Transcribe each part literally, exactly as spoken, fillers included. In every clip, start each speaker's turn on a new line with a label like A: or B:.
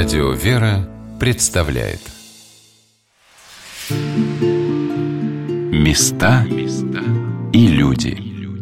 A: Радио «Вера» представляет Места и люди.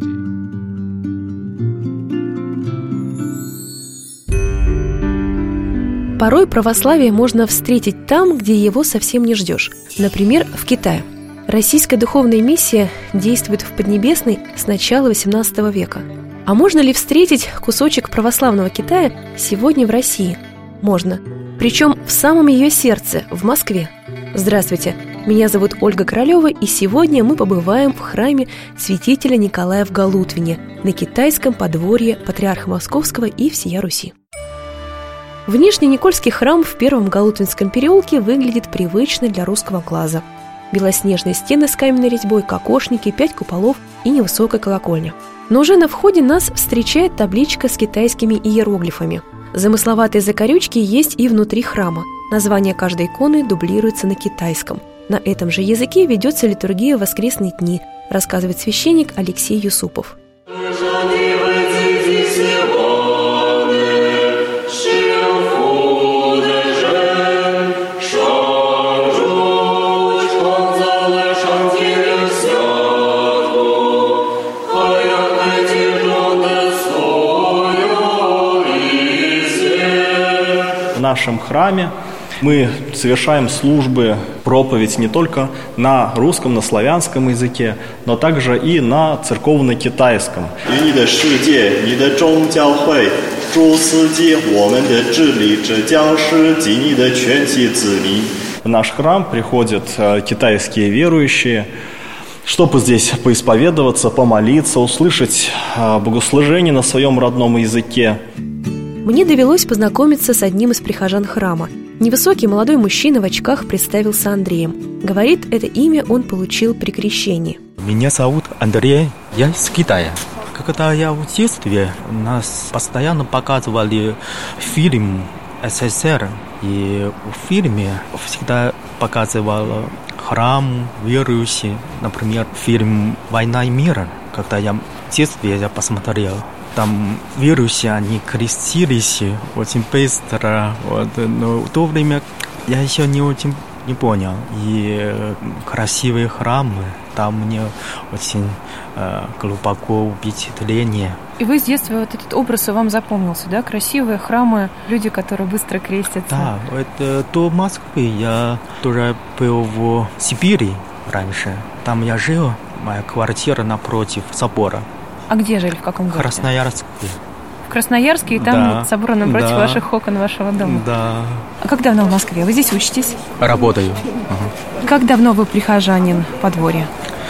B: Порой православие можно встретить там, где его совсем не ждешь. Например, в Китае. Российская духовная миссия действует в Поднебесной с начала восемнадцатого века. А можно ли встретить кусочек православного Китая сегодня в России? Можно. Причем в самом ее сердце, в Москве. Здравствуйте, меня зовут Ольга Королева, и сегодня мы побываем в храме святителя Николая в Галутвине на китайском подворье Патриарха Московского и всея Руси. Внешний Никольский храм в Первом Галутвинском переулке выглядит привычно для русского глаза. Белоснежные стены с каменной резьбой, кокошники, пять куполов и невысокая колокольня. Но уже на входе нас встречает табличка с китайскими иероглифами. Замысловатые закорючки есть и внутри храма. Название каждой иконы дублируется на китайском. На этом же языке ведется литургия в воскресные дни, рассказывает священник Алексей Юсупов.
C: В нашем храме мы совершаем службы, проповедь не только на русском, на славянском языке, но также и на церковно-китайском. В наш храм приходят китайские верующие, чтобы здесь поисповедоваться, помолиться, услышать богослужение на своем родном языке.
B: Мне довелось познакомиться с одним из прихожан храма. Невысокий молодой мужчина в очках представился Андреем. Говорит, это имя он получил при крещении.
D: Меня зовут Андрей, я из Китая. Когда я в детстве, нас постоянно показывали фильм СССР. И в фильме всегда показывал храм, верующие. Например, фильм «Война и мир». Когда я в детстве я посмотрел, там верующие, они крестились очень быстро, вот, но в то время я еще не очень не понял. И красивые храмы, там мне очень э, глубоко впечатление.
E: И вы с детства, вот этот образ вам запомнился, да? Красивые храмы, люди, которые быстро крестятся.
D: Да, это до Москвы я тоже был в Сибири раньше. Там я жил, моя квартира напротив собора.
E: А где жили, в каком городе?
D: Красноярске.
E: В Красноярске, и там
D: да,
E: собор напротив
D: да,
E: ваших окон, вашего дома?
D: Да.
E: А как давно в Москве? Вы здесь учитесь?
D: Работаю. Ага.
E: Как давно вы прихожанин подворья?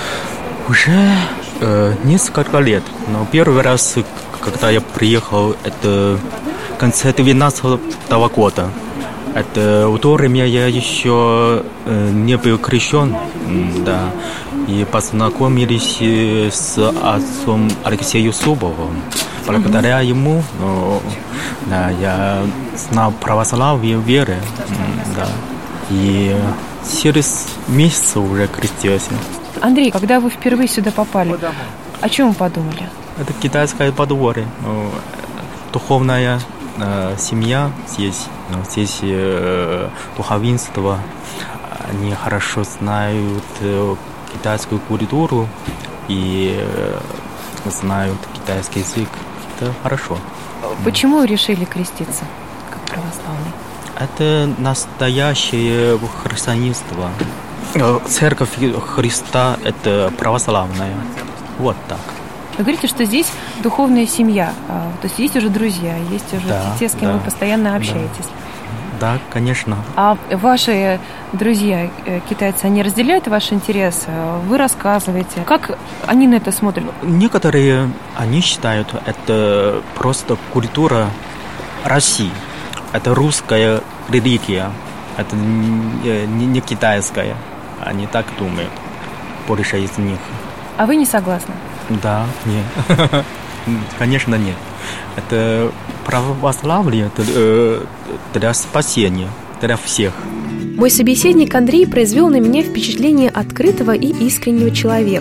D: Уже э, несколько лет. Но первый раз, когда я приехал, это в конце двенадцатого года. Это в то время я еще э, не был крещен, да, и познакомились с отцом Алексеем Юсуповым. Благодаря mm-hmm. ему, ну, да, я знал православие веры, да, и через месяц уже крестился.
E: Андрей, когда вы впервые сюда попали, о чем вы подумали?
D: Это китайское подворье, ну, духовная э, семья здесь. Здесь э, духовенство, они хорошо знают э, китайскую культуру и э, знают китайский язык. Это хорошо.
E: Почему вы решили креститься как православный?
D: Это настоящее христианство. Церковь Христа – это православная. Вот так.
E: Вы говорите, что здесь духовная семья, то есть есть уже друзья, есть уже
D: да,
E: те, с кем
D: да,
E: вы постоянно общаетесь.
D: Да, конечно.
E: А ваши друзья, китайцы, они разделяют ваши интересы? Вы рассказываете. Как они на это смотрят?
D: Некоторые, они считают, это просто культура России. Это русская религия. Это не, не китайская. Они так думают. Больше из них.
E: А вы не согласны?
D: Да, нет. Конечно, нет. Это православие для спасения, для всех.
B: Мой собеседник Андрей произвел на меня впечатление открытого и искреннего человека.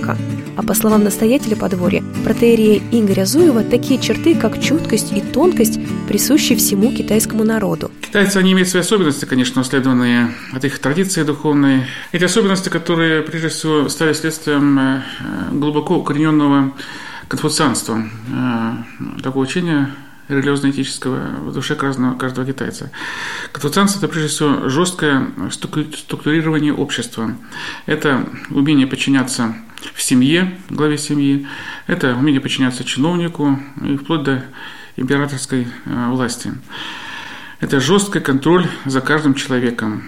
B: А по словам настоятеля подворья, протоиерея Игоря Зуева, такие черты, как чуткость и тонкость, присущи всему китайскому народу.
F: Китайцы, они имеют свои особенности, конечно, унаследованные от их традиции духовной. Эти особенности, которые, прежде всего, стали следствием глубоко укорененного конфуцианства, такого учения религиозно-этического в душе каждого, каждого китайца. Конфуцианство – это, прежде всего, жесткое структурирование общества. Это умение подчиняться в семье, главе семьи, это умение подчиняться чиновнику и вплоть до императорской власти. Это жесткий контроль за каждым человеком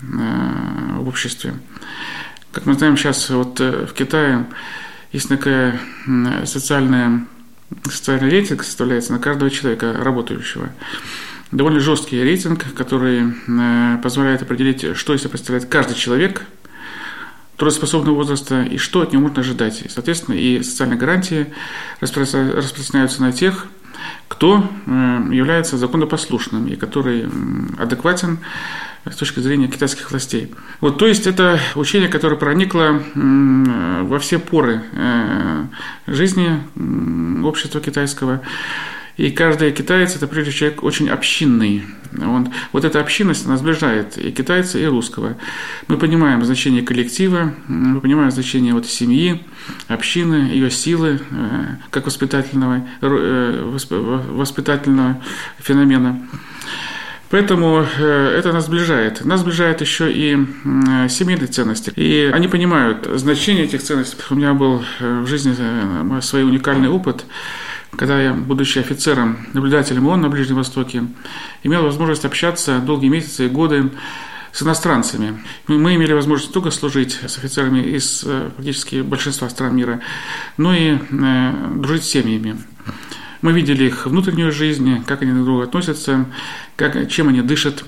F: в обществе. Как мы знаем, сейчас вот в Китае есть такая социальная Социальный рейтинг составляется на каждого человека, работающего. Довольно жесткий рейтинг, который позволяет определить, что из себя представляет каждый человек трудоспособного возраста и что от него можно ожидать. И, соответственно, и социальные гарантии распространяются на тех, кто является законопослушным и который адекватен с точки зрения китайских властей. Вот, то есть это учение, которое проникло во все поры жизни общества китайского. И каждый китаец – это, прежде всего, человек очень общинный. Он, вот эта общинность, она сближает и китайца, и русского. Мы понимаем значение коллектива, мы понимаем значение вот семьи, общины, ее силы, как воспитательного, воспитательного феномена. Поэтому это нас сближает. Нас сближает еще и семейные ценности. И они понимают значение этих ценностей. У меня был в жизни свой уникальный опыт, когда я, будучи офицером, наблюдателем ООН на Ближнем Востоке, имел возможность общаться долгие месяцы и годы с иностранцами. Мы имели возможность не только служить с офицерами из практически большинства стран мира, но и дружить с семьями. Мы видели их внутреннюю жизнь, как они друг к другу относятся, как, чем они дышат.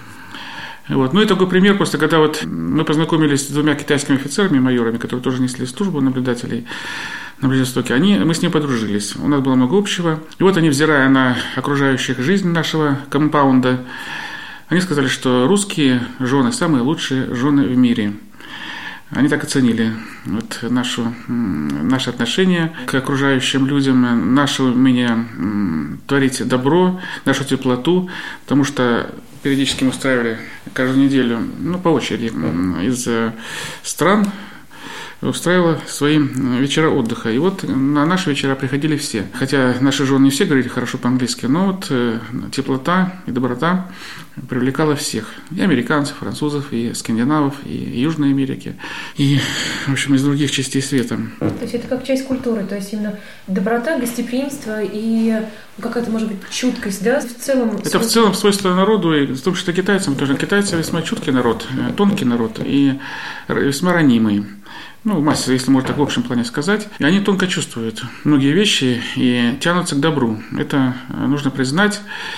F: Вот. Ну и такой пример, просто когда вот мы познакомились с двумя китайскими офицерами, майорами, которые тоже несли службу наблюдателей на Ближнем Востоке, они, мы с ними подружились. У нас было много общего. И вот они, взирая на окружающих жизнь нашего компаунда, они сказали, что русские жены самые лучшие жены в мире. Они так оценили вот нашу, наши отношения к окружающим людям, наше умение творить добро, нашу теплоту, потому что периодически мы устраивали каждую неделю, ну, по очереди, из стран, устраивала свои вечера отдыха. И вот на наши вечера приходили все. Хотя наши жены не все говорили хорошо по-английски, но вот теплота и доброта привлекала всех. И американцев, французов, и скандинавов, и Южной Америки, и, в общем, из других частей света.
B: То есть это как часть культуры, то есть именно доброта, гостеприимство и какая-то, может быть, чуткость, да, в целом?
F: Это в целом свойство народу, и в том числе китайцам тоже. Китайцы весьма чуткий народ, тонкий народ и весьма ранимый. Ну, масса, если можно так в общем плане сказать. И они тонко чувствуют многие вещи и тянутся к добру. Это нужно признать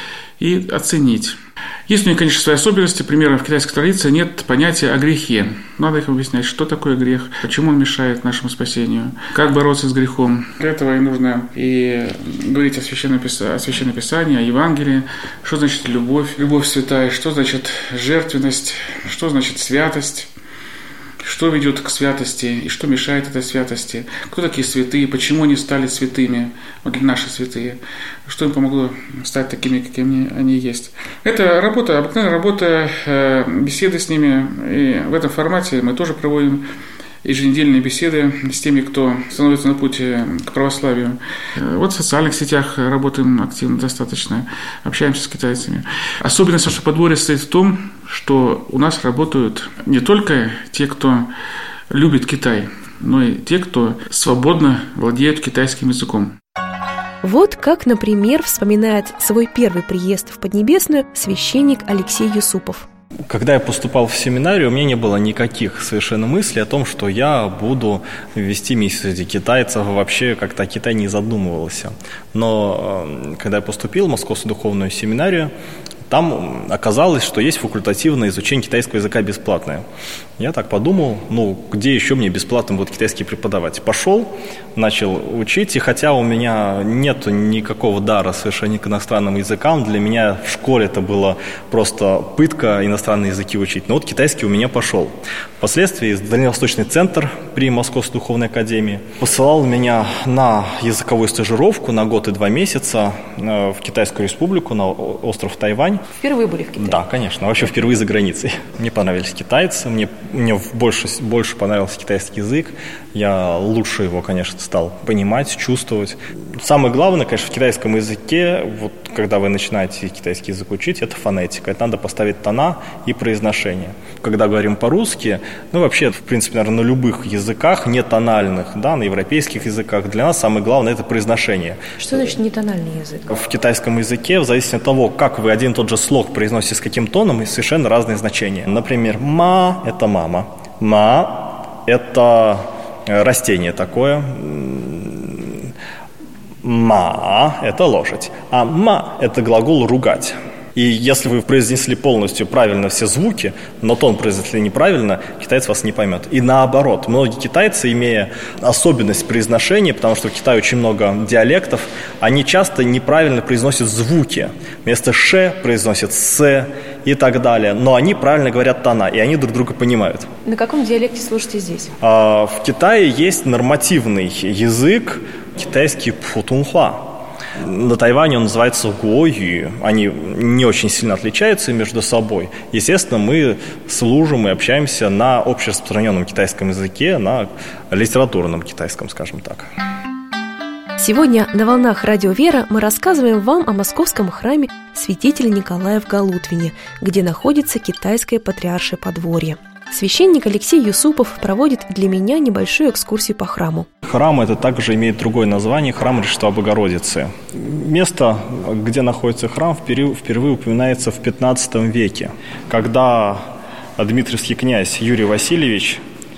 F: и оценить. Есть у них, конечно, свои особенности. Например, в китайской традиции нет понятия о грехе. Надо их объяснять, что такое грех, почему он мешает нашему спасению, как бороться с грехом. Для этого и нужно и говорить о Священном Писании, о Священном Писании, о Евангелии, что значит любовь, любовь святая, что значит жертвенность, что значит святость. Что ведет к святости и что мешает этой святости, кто такие святые, почему они стали святыми, вот наши святые, что им помогло стать такими, какими они есть. Это работа, обыкновенная работа, беседы с ними, и в этом формате мы тоже проводим еженедельные беседы с теми, кто становится на пути к православию. Вот в социальных сетях работаем активно достаточно, общаемся с китайцами. Особенность нашего подворья состоит в том, что у нас работают не только те, кто любит Китай, но и те, кто свободно владеет китайским языком.
B: Вот как, например, вспоминает свой первый приезд в Поднебесную священник Алексей Юсупов.
C: Когда я поступал в семинарию, у меня не было никаких совершенно мыслей о том, что я буду вести миссию среди китайцев, вообще как-то о Китае не задумывался. Но когда я поступил в Московскую духовную семинарию, там оказалось, что есть факультативное изучение китайского языка бесплатное. Я так подумал, ну, где еще мне бесплатно будут китайский преподавать? Пошел, начал учить, и хотя у меня нет никакого дара совершенно к иностранным языкам, для меня в школе это было просто пытка иностранные языки учить, но вот китайский у меня пошел. Впоследствии Дальневосточный центр при Московской духовной академии посылал меня на языковую стажировку на год и два месяца в Китайскую республику, на остров Тайвань.
B: Впервые были в Китае?
C: Да, конечно, вообще впервые за границей. Мне понравились китайцы, мне, мне больше, больше понравился китайский язык, я лучше его, конечно, стал понимать, чувствовать. Самое главное, конечно, в китайском языке, вот когда вы начинаете китайский язык учить, это фонетика, это надо поставить тона и произношение. Когда говорим по-русски, ну вообще, в принципе, наверное, на любых языках, не тональных, да, на европейских языках, для нас самое главное – это произношение.
B: Что значит нетональный язык?
C: В китайском языке, в зависимости от того, как вы один и тот же слог произносите с каким тоном, совершенно разные значения. Например, «ма» – это мама, «ма» – это растение такое, «ма» – это лошадь, а «ма» – это глагол «ругать». И если вы произнесли полностью правильно все звуки, но тон произнесли неправильно, китаец вас не поймет. И наоборот, многие китайцы, имея особенность произношения, потому что в Китае очень много диалектов, они часто неправильно произносят звуки. Вместо «ш» произносят «с» и так далее. Но они правильно говорят тона, и они друг друга понимают.
B: На каком диалекте слушаете здесь?
C: А, в Китае есть нормативный язык, китайский пхутунхуа. На Тайване он называется гуою. Они не очень сильно отличаются между собой. Естественно, мы служим и общаемся на общераспространенном китайском языке, на литературном китайском, скажем так.
B: Сегодня на «Волнах Радио Вера» мы рассказываем вам о московском храме святителя Николая в Галутвине, где находится китайское патриаршее подворье. Священник Алексей Юсупов проводит для меня небольшую экскурсию по храму.
C: Храм это также имеет другое название – храм Рождества Богородицы. Место, где находится храм, впервые упоминается в пятнадцатом веке, когда дмитриевский князь Юрий Васильевич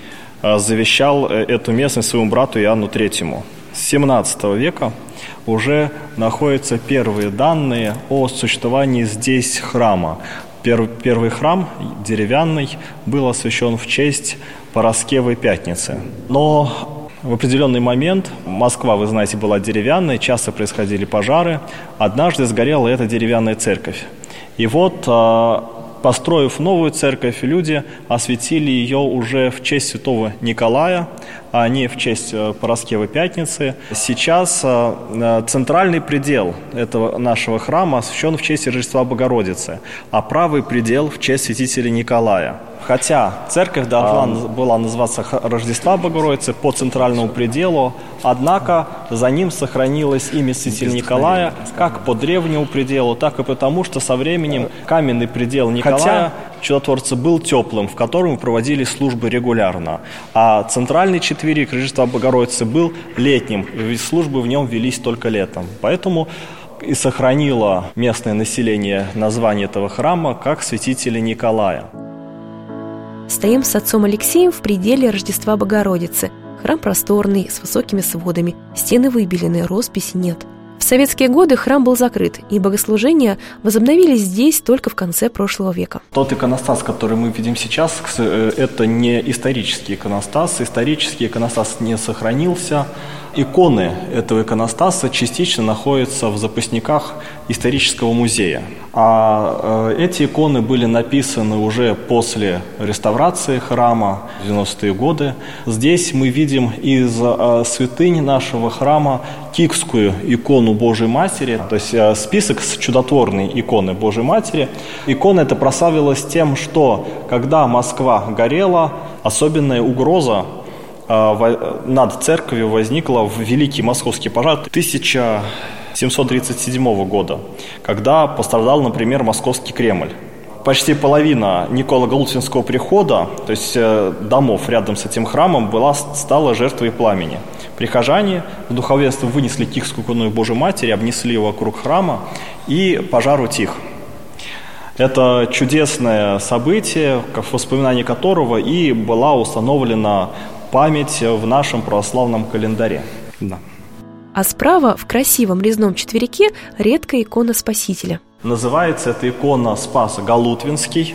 C: завещал эту местность своему брату Иоанну Третьему. С семнадцатого века уже находятся первые данные о существовании здесь храма. Первый храм, деревянный, был освящен в честь Параскевой Пятницы. Но в определенный момент Москва, вы знаете, была деревянной, часто происходили пожары. Однажды сгорела эта деревянная церковь. И вот, построив новую церковь, люди осветили ее уже в честь святого Николая, а не в честь Параскевой Пятницы. Сейчас центральный предел этого нашего храма освящен в честь Рождества Богородицы, а правый предел в честь святителя Николая. Хотя церковь должна была называться Рождества Богородицы по центральному пределу, однако за ним сохранилось имя святителя Николая как по древнему пределу, так и потому, что со временем каменный предел Николая чудотворца был теплым, в котором проводили службы регулярно, а центральный четверик Рождества Богородицы был летним, ведь службы в нем велись только летом. Поэтому и сохранило местное население название этого храма как святителя Николая.
B: Стоим с отцом Алексеем в пределе Рождества Богородицы. Храм просторный, с высокими сводами, стены выбелены, росписи нет. В советские годы храм был закрыт, и богослужения возобновились здесь только в конце прошлого века.
C: Тот иконостас, который мы видим сейчас, это не исторический иконостас. Исторический иконостас не сохранился. Иконы этого иконостаса частично находятся в запасниках исторического музея. А эти иконы были написаны уже после реставрации храма в девяностые годы. Здесь мы видим из святынь нашего храма кикскую икону Божией Матери, то есть список с чудотворной иконы Божией Матери. Икона эта прославилась тем, что когда Москва горела, особенная угроза над церковью возникла в Великий Московский пожар тысяча семьсот тридцать седьмого года, когда пострадал, например, Московский Кремль. Почти половина Николо-Галутвинского прихода, то есть домов рядом с этим храмом, была, стала жертвой пламени. Прихожане в духовенство вынесли кикскую икону Божией Матери, обнесли его вокруг храма, и пожар утих. Это чудесное событие, в воспоминании которого и была установлена память в нашем православном календаре. Да.
B: А справа в красивом резном четверике редкая икона Спасителя.
C: Называется эта икона Спас Галутвинский.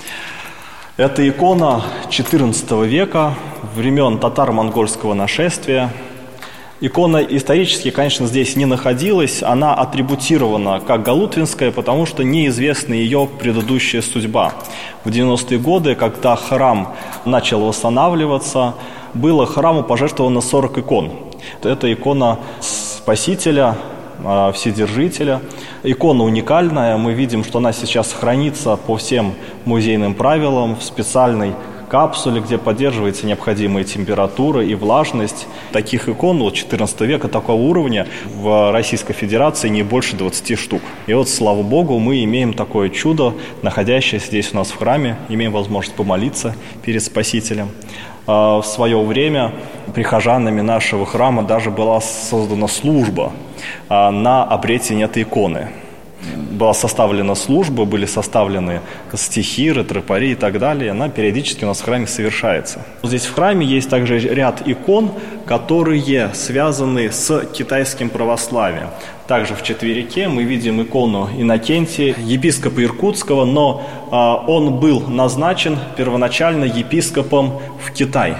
C: Это икона четырнадцатого века, времен татаро-монгольского нашествия. Икона исторически, конечно, здесь не находилась, она атрибутирована как галутвинская, потому что неизвестна ее предыдущая судьба. В девяностые годы, когда храм начал восстанавливаться, было храму пожертвовано сорок икон. Это икона Спасителя, Вседержителя. Икона уникальная, мы видим, что она сейчас хранится по всем музейным правилам в специальной капсуле, где поддерживается необходимая температура и влажность. Таких икон вот четырнадцатого века такого уровня в Российской Федерации не больше двадцати штук. И вот, слава Богу, мы имеем такое чудо, находящееся здесь у нас в храме, имеем возможность помолиться перед Спасителем. В свое время прихожанами нашего храма даже была создана служба на обретение этой иконы. Была составлена служба, были составлены стихи, ретропари и так далее. Она периодически у нас в храме совершается. Здесь в храме есть также ряд икон, которые связаны с китайским православием. Также в четверике мы видим икону Иннокентия, епископа Иркутского, но а, он был назначен первоначально епископом в Китай.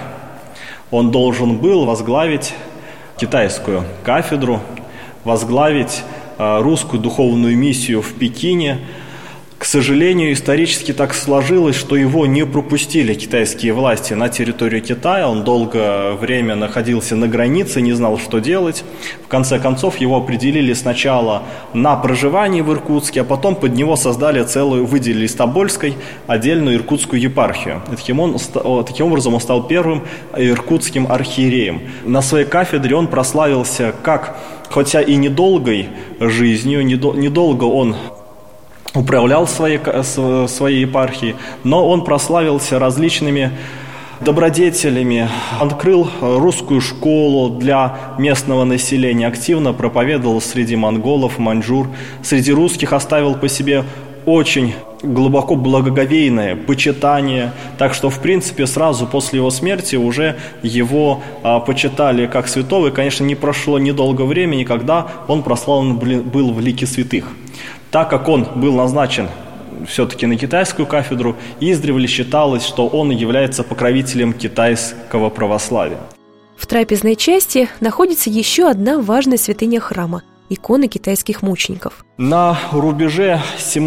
C: Он должен был возглавить китайскую кафедру, возглавить русскую духовную миссию в Пекине. К сожалению, исторически так сложилось, что его не пропустили китайские власти на территорию Китая. Он долгое время находился на границе, не знал, что делать. В конце концов, его определили сначала на проживание в Иркутске, а потом под него создали целую, выделили из Тобольской отдельную иркутскую епархию. И таким, он, таким образом он стал первым иркутским архиереем. На своей кафедре он прославился как, хотя и недолгой жизнью, недолго он управлял своей, своей епархией, но он прославился различными добродетелями, открыл русскую школу для местного населения, активно проповедовал среди монголов, маньчжур, среди русских оставил по себе очень глубоко благоговейное почитание, так что, в принципе, сразу после его смерти уже его а, почитали как святого, и, конечно, не прошло недолго времени, когда он прославлен был в лике святых. Так как он был назначен все-таки на китайскую кафедру, издревле считалось, что он является покровителем китайского православия.
B: В трапезной части находится еще одна важная святыня храма – иконы китайских мучеников.
C: На рубеже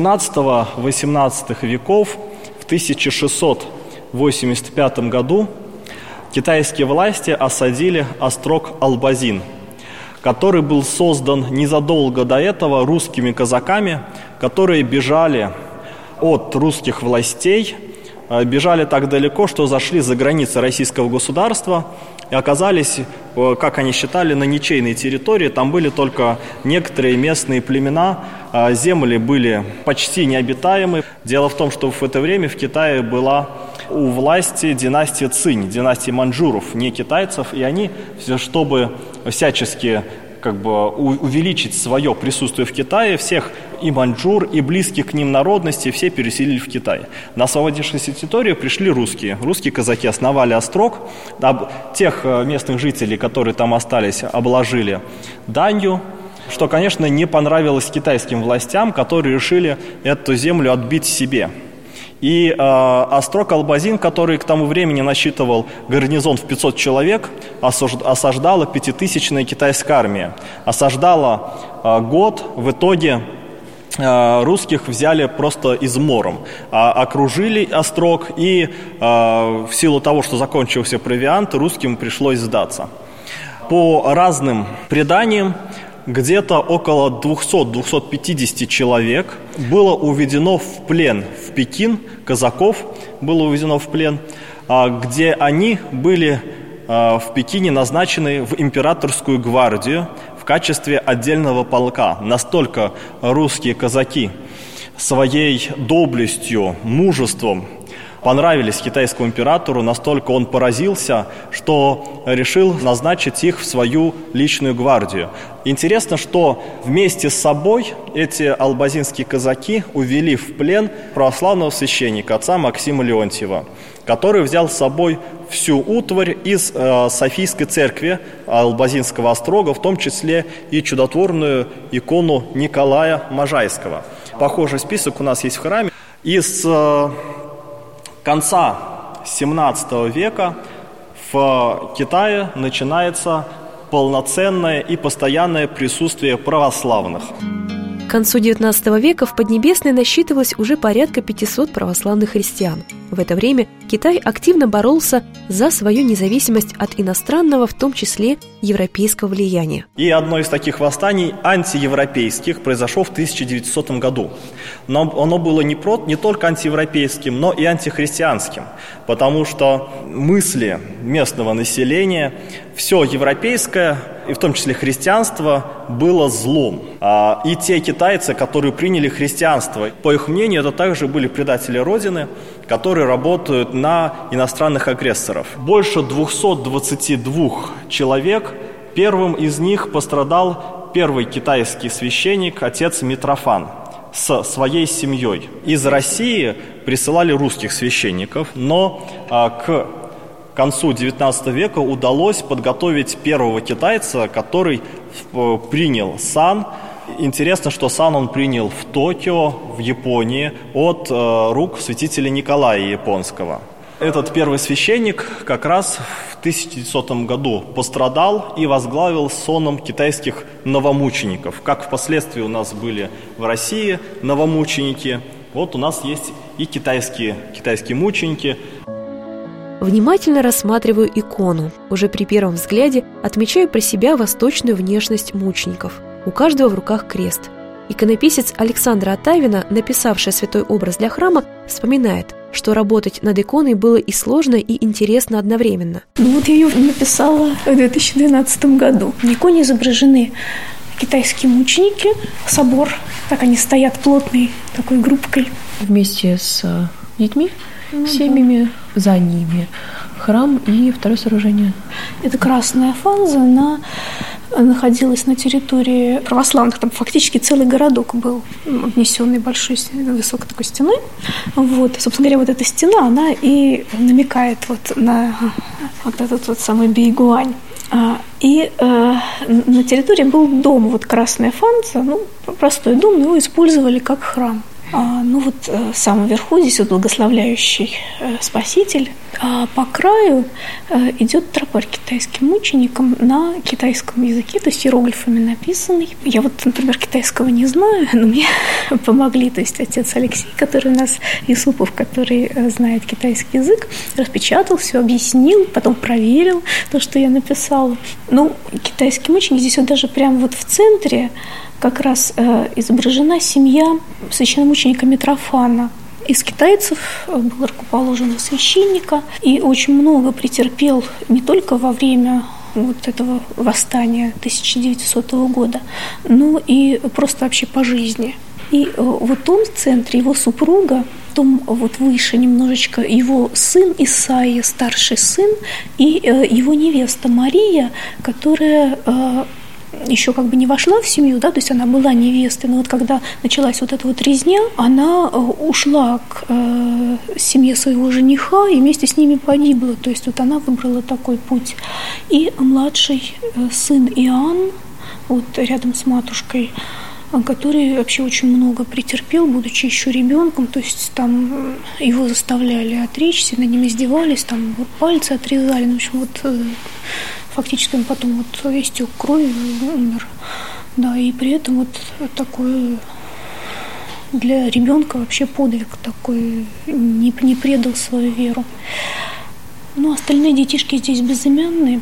C: семнадцатого-восемнадцатого веков, в тысяча шестьсот восемьдесят пятом году, китайские власти осадили острог Албазин, который был создан незадолго до этого русскими казаками, которые бежали от русских властей, бежали так далеко, что зашли за границы российского государства и оказались, как они считали, на ничейной территории. Там были только некоторые местные племена, земли были почти необитаемы. Дело в том, что в это время в Китае была у власти династия Цинь, династия маньчжуров, не китайцев, и они, чтобы всячески как бы увеличить свое присутствие в Китае, всех и маньчжур, и близких к ним народностей все переселили в Китай. На освободившуюся территорию пришли русские. Русские казаки основали острог, тех местных жителей, которые там остались, обложили данью, что, конечно, не понравилось китайским властям, которые решили эту землю отбить себе. И э, острог Албазин, который к тому времени насчитывал гарнизон в пятьсот человек, осаждала пятитысячная китайская армия. Осаждала э, год, в итоге э, русских взяли просто измором. Э, окружили острог, и э, в силу того, что закончился провиант, русским пришлось сдаться. По разным преданиям, где-то около двухсот-двухсот пятидесяти человек было уведено в плен в Пекин, казаков было уведено в плен, где они были в Пекине назначены в императорскую гвардию в качестве отдельного полка. Настолько русские казаки своей доблестью, мужеством понравились китайскому императору, настолько он поразился, что решил назначить их в свою личную гвардию. Интересно, что вместе с собой эти албазинские казаки увели в плен православного священника, отца Максима Леонтьева, который взял с собой всю утварь из э, Софийской церкви Албазинского острога, в том числе и чудотворную икону Николая Можайского. Похожий список у нас есть в храме. И с конца семнадцатого века в Китае начинается полноценное и постоянное присутствие православных.
B: К концу девятнадцатого века в Поднебесной насчитывалось уже порядка пятисот православных христиан. В это время Китай активно боролся за свою независимость от иностранного, в том числе европейского влияния.
C: И одно из таких восстаний антиевропейских произошло в тысяча девятисотом году. Но оно было не, про, не только антиевропейским, но и антихристианским, потому что мысли местного населения, все европейское, и в том числе христианство, было злом. И те китайцы, которые приняли христианство, по их мнению, это также были предатели Родины, которые работают на иностранных агрессоров. Больше двухсот двадцати двух человек, первым из них пострадал первый китайский священник, отец Митрофан, с своей семьей. Из России присылали русских священников, но а, к концу девятнадцатого века удалось подготовить первого китайца, который в, принял сан. Интересно, что сан он принял в Токио, в Японии, от э, рук святителя Николая Японского. Этот первый священник как раз в тысяча девятисотом году пострадал и возглавил соном китайских новомучеников. Как впоследствии у нас были в России новомученики, вот у нас есть и китайские, китайские мученики.
B: Внимательно рассматриваю икону. Уже при первом взгляде отмечаю про себя восточную внешность мучеников. У каждого в руках крест. Иконописец Александра Отавина, написавшая святой образ для храма, вспоминает, что работать над иконой было и сложно, и интересно одновременно.
G: Ну вот я ее написала в две тысячи двенадцатом году. На иконе изображены китайские мученики, собор. Так они стоят плотной такой группкой.
E: Вместе с детьми, mm-hmm. семьями, за ними. Храм и второе сооружение.
G: Это красная фанза, она находилась на территории православных, там фактически целый городок был, обнесенный большой высокой такой стеной. Вот. Собственно говоря, вот эта стена, она и намекает вот на вот этот вот самый Бэйгуань. И э, на территории был дом, вот красная фанза, ну, простой дом, но его использовали как храм. А, ну вот э, в самом верху здесь вот благословляющий э, Спаситель. А по краю э, идет тропарь китайским мученикам на китайском языке, то есть иероглифами написанный. Я вот, например, китайского не знаю, но мне помогли, то есть отец Алексей, который у нас Юсупов, который э, знает китайский язык, распечатал все, объяснил, потом проверил то, что я написала. Ну, китайский мученик здесь вот даже прямо вот в центре как раз э, изображена семья священномученика Митрофана. Из китайцев был рукоположен священника и очень много претерпел не только во время вот этого восстания тысяча девятисотого года, но и просто вообще по жизни. И э, вот он в центре, его супруга, потом вот выше немножечко его сын Исаия, старший сын, и э, его невеста Мария, которая э, еще как бы не вошла в семью, да, то есть она была невестой, но вот когда началась вот эта вот резня, она ушла к э, семье своего жениха и вместе с ними погибла, то есть вот она выбрала такой путь. И младший э, сын Иоанн, вот рядом с матушкой, который вообще очень много претерпел, будучи еще ребенком, то есть там его заставляли отречься, над ним издевались, там вот пальцы отрезали, ну, в общем, вот э, фактически он потом вот истек кровью, умер. Да, и при этом вот такой для ребенка вообще подвиг такой, не, не предал свою веру. Ну, остальные детишки здесь безымянные.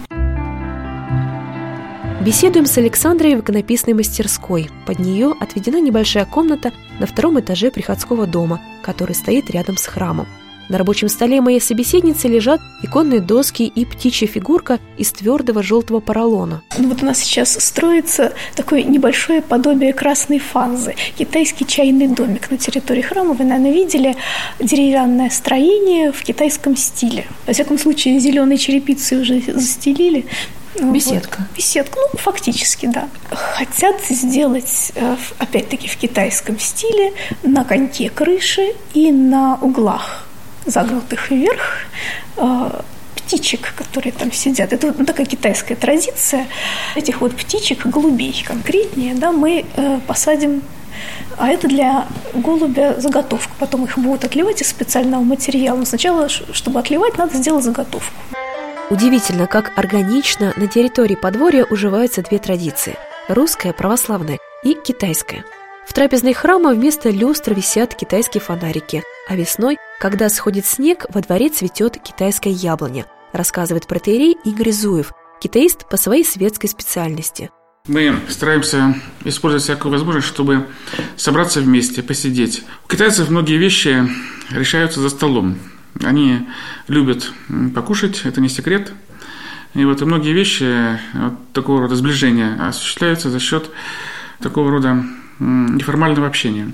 B: Беседуем с Александрой в иконописной мастерской. Под нее отведена небольшая комната на втором этаже приходского дома, который стоит рядом с храмом. На рабочем столе моей собеседницы лежат иконные доски и птичья фигурка из твердого желтого поролона.
G: Ну вот у нас сейчас строится такое небольшое подобие красной фанзы. Китайский чайный домик на территории храма. Вы, наверное, видели деревянное строение в китайском стиле. Во всяком случае, зеленой черепицей уже застелили.
E: Беседка.
G: Вот. Беседка, ну, фактически, да. Хотят сделать, опять-таки, в китайском стиле на коньке крыши и на углах, загнутых вверх, птичек, которые там сидят. Это вот такая китайская традиция. Этих вот птичек, голубей конкретнее, да, мы посадим А это для голубя заготовка. Потом их будут отливать из специального материала. Но сначала, чтобы отливать, надо сделать заготовку.
B: Удивительно, как органично на территории подворья уживаются две традиции – русская, православная, и китайская. В трапезной храма вместо люстр висят китайские фонарики, а весной, когда сходит снег, во дворе цветет китайская яблоня, рассказывает протоиерей Игорь Зуев, китаист по своей светской специальности.
F: Мы стараемся использовать всякую возможность, чтобы собраться вместе, посидеть. У китайцев многие вещи решаются за столом. Они любят покушать, это не секрет. И вот и многие вещи вот такого рода сближения осуществляются за счет такого рода неформального общения.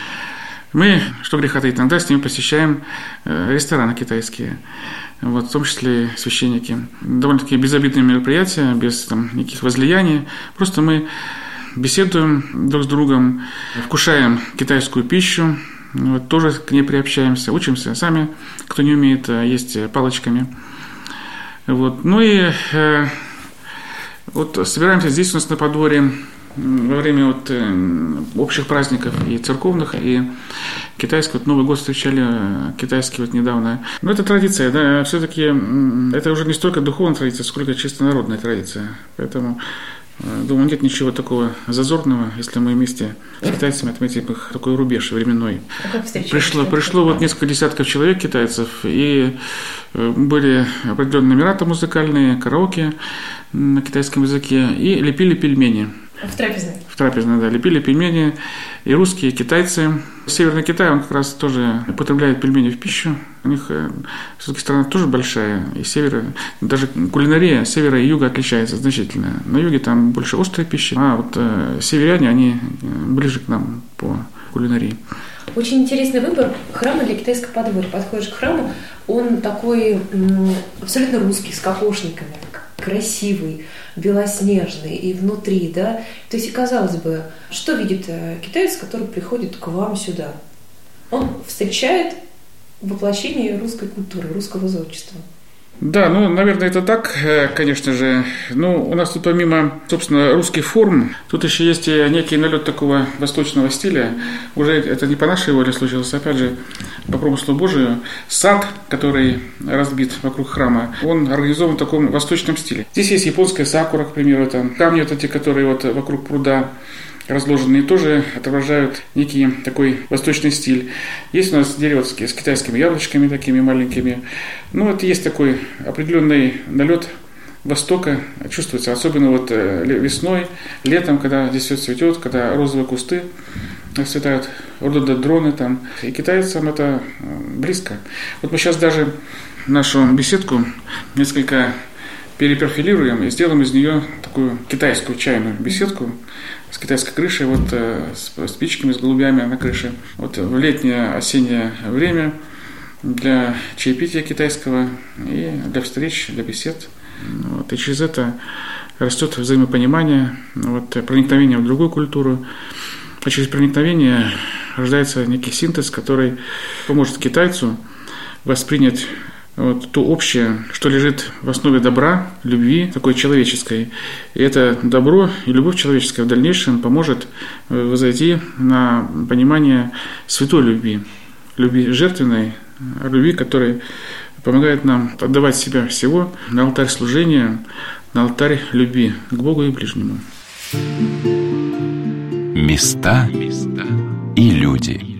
F: Мы, что греха таить, иногда с ними посещаем рестораны китайские, вот, в том числе священники. Довольно-таки безобидные мероприятия, без там, никаких возлияний. Просто мы беседуем друг с другом, вкушаем китайскую пищу, вот, тоже к ней приобщаемся, учимся сами, кто не умеет есть палочками. Вот. Ну и э, вот собираемся здесь у нас на подворье во время вот, э, общих праздников и церковных, и китайский. Вот Новый год встречали китайский вот недавно. Но это традиция, да, все-таки это уже не столько духовная традиция, сколько чисто народная традиция. Поэтому думаю, нет ничего такого зазорного, если мы вместе с китайцами отметим их такой рубеж временной. Пришло, пришло вот несколько десятков человек китайцев, и были определенные номера музыкальные, караоке на китайском языке, и лепили пельмени.
E: В трапезной?
F: В трапезной, да. Лепили пельмени и русские, и китайцы. Северный Китай, он как раз тоже употребляет пельмени в пищу. У них все-таки страна тоже большая, и севера, даже кулинария севера и юга отличается значительно. На юге там больше острой пищи, а вот э, северяне, они ближе к нам по кулинарии.
B: Очень интересный выбор храма для китайского подворья. Подходишь к храму, он такой м, абсолютно русский, с кокошниками, красивый, белоснежный и внутри, да. То есть, казалось бы, что видит китаец, который приходит к вам сюда? Он встречает воплощение русской культуры, русского зодчества.
F: Да, ну, наверное, это так, конечно же. Ну, у нас тут помимо, собственно, русских форм, тут еще есть и некий налет такого восточного стиля. Уже это не по нашей воле случилось, опять же, по промыслу Божию. Сад, который разбит вокруг храма, он организован в таком восточном стиле. Здесь есть японская сакура, к примеру, там камни вот эти, которые вот вокруг пруда разложенные, тоже отображают некий такой восточный стиль. Есть у нас дерево с китайскими яблочками такими маленькими. Ну, это есть такой определенный налет Востока, чувствуется, особенно вот весной, летом, когда здесь все цветет, когда розовые кусты цветают, рододендроны там. И китайцам это близко. Вот мы сейчас даже нашу беседку несколько перепрофилируем и сделаем из нее такую китайскую чайную беседку с китайской крышей, вот с спичками, с голубями на крыше. Вот в летнее, осеннее время для чаепития китайского и для встреч, для бесед. Вот, и через это растет взаимопонимание, вот, проникновение в другую культуру. А через проникновение рождается некий синтез, который поможет китайцу воспринять вот то общее, что лежит в основе добра, любви, такой человеческой. И это добро и любовь человеческая в дальнейшем поможет возойти на понимание святой любви, любви жертвенной, любви, которая помогает нам отдавать себя всего на алтарь служения, на алтарь любви к Богу и ближнему.
A: Места и люди.